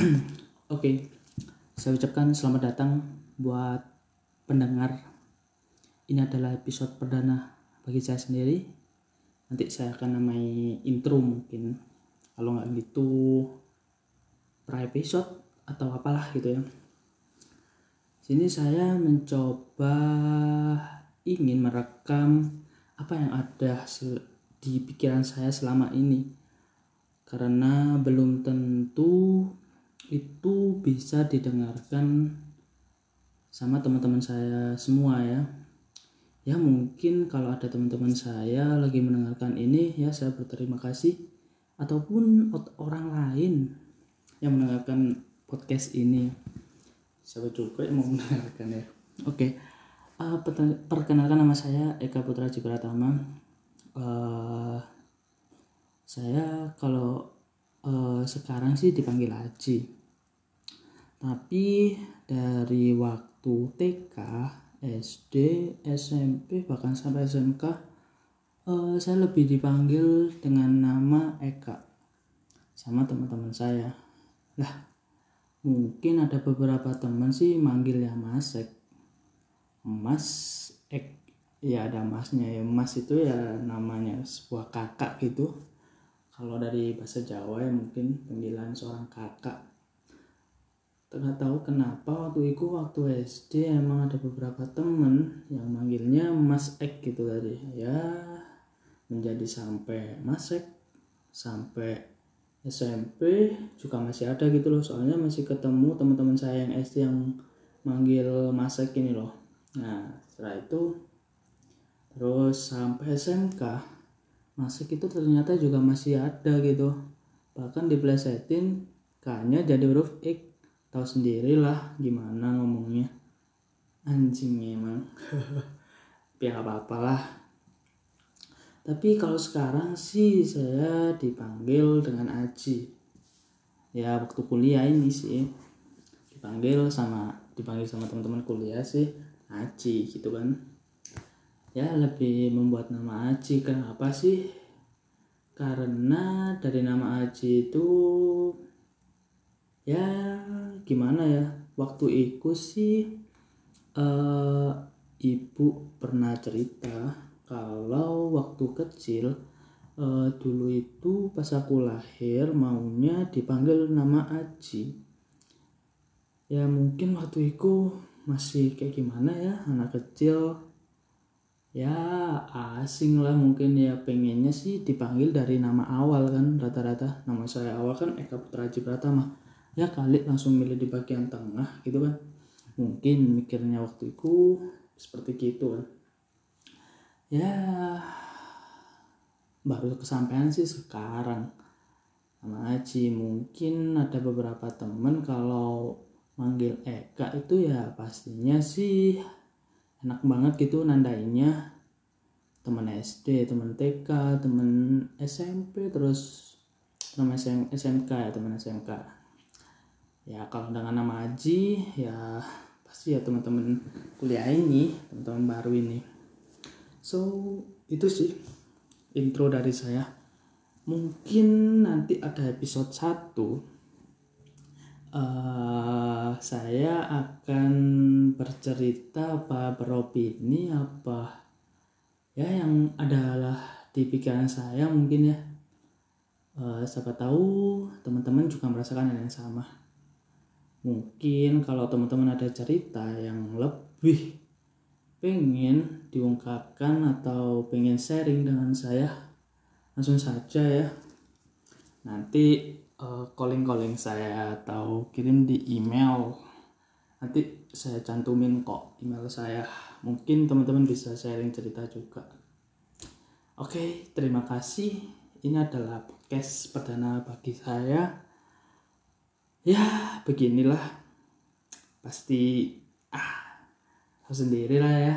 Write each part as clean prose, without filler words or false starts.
Oke, saya ucapkan selamat datang buat pendengar. Ini adalah episode perdana bagi saya sendiri. Nanti saya akan namai intro mungkin. Kalau nggak gitu, pra-episode atau apalah gitu ya. Sini saya mencoba ingin merekam apa yang ada di pikiran saya selama ini. Karena belum tentu itu bisa didengarkan sama teman-teman saya semua ya. Ya mungkin kalau ada teman-teman saya lagi mendengarkan ini ya saya berterima kasih. Ataupun orang lain yang mendengarkan podcast ini. Siapa juga yang mau mendengarkan ya. Oke. Perkenalkan nama saya Eka Putra Jibratama. Saya kalau sekarang sih dipanggil Haji. Tapi dari waktu TK, SD, SMP, bahkan sampai SMK, saya lebih dipanggil dengan nama Eka sama teman-teman saya. Lah, mungkin ada beberapa teman sih manggil ya Mas Ek. Mas Ek, ya ada masnya ya. Mas itu ya namanya sebuah kakak gitu. Kalau dari bahasa Jawa ya mungkin panggilan seorang kakak. Nggak tahu kenapa waktu SD emang ada beberapa temen yang manggilnya Mas Ek gitu tadi ya, menjadi sampai Mas Ek, sampai SMP juga masih ada gitu loh, soalnya masih ketemu teman-teman saya yang SD yang manggil Mas Ek ini loh. Nah setelah itu terus sampai SMK Mas Ek itu ternyata juga masih ada gitu, bahkan diplesetin kayaknya jadi huruf Ek. Tahu sendirilah gimana ngomongnya, anjing emang. Tapi nggak apa-apalah. Tapi kalau sekarang sih saya dipanggil dengan Aji. Ya waktu kuliah ini sih dipanggil sama teman-teman kuliah sih Aji gitu kan. Ya lebih membuat nama Aji, kenapa sih? Karena dari nama Aji itu ya gimana ya, waktu itu sih ibu pernah cerita kalau waktu kecil dulu itu pas aku lahir maunya dipanggil nama Aji. Ya mungkin waktu itu masih kayak gimana ya, anak kecil ya asing lah mungkin ya, pengennya sih dipanggil dari nama awal kan, rata-rata nama saya awal kan Eka Putra Jibratama. Ya kali langsung milih di bagian tengah gitu kan, mungkin mikirnya waktu itu seperti gitu kan. Ya baru kesampaian sih sekarang sama Aji. Mungkin ada beberapa temen kalau manggil Eka itu ya pastinya sih enak banget gitu nandainnya, teman SD, teman TK, teman SMP, terus teman SMK ya, teman SMK. Ya kalau dengan nama Aji ya pasti ya teman-teman kuliah ini, teman-teman baru ini. So itu sih intro dari saya. Mungkin nanti ada episode 1 saya akan bercerita apa, beropini apa ya yang adalah di pikiran saya mungkin ya. Siapa tahu teman-teman juga merasakan hal yang sama. Mungkin kalau teman-teman ada cerita yang lebih pengen diungkapkan atau pengen sharing dengan saya, langsung saja ya. Nanti calling saya atau kirim di email. Nanti saya cantumin kok email saya. Mungkin teman-teman bisa sharing cerita juga. Oke, terima kasih. Ini adalah podcast perdana bagi saya. Ya beginilah, pasti tahu sendiri lah ya.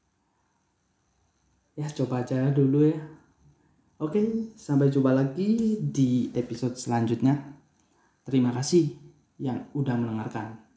Ya coba aja dulu ya. Oke, sampai jumpa lagi di episode selanjutnya. Terima kasih yang udah mendengarkan.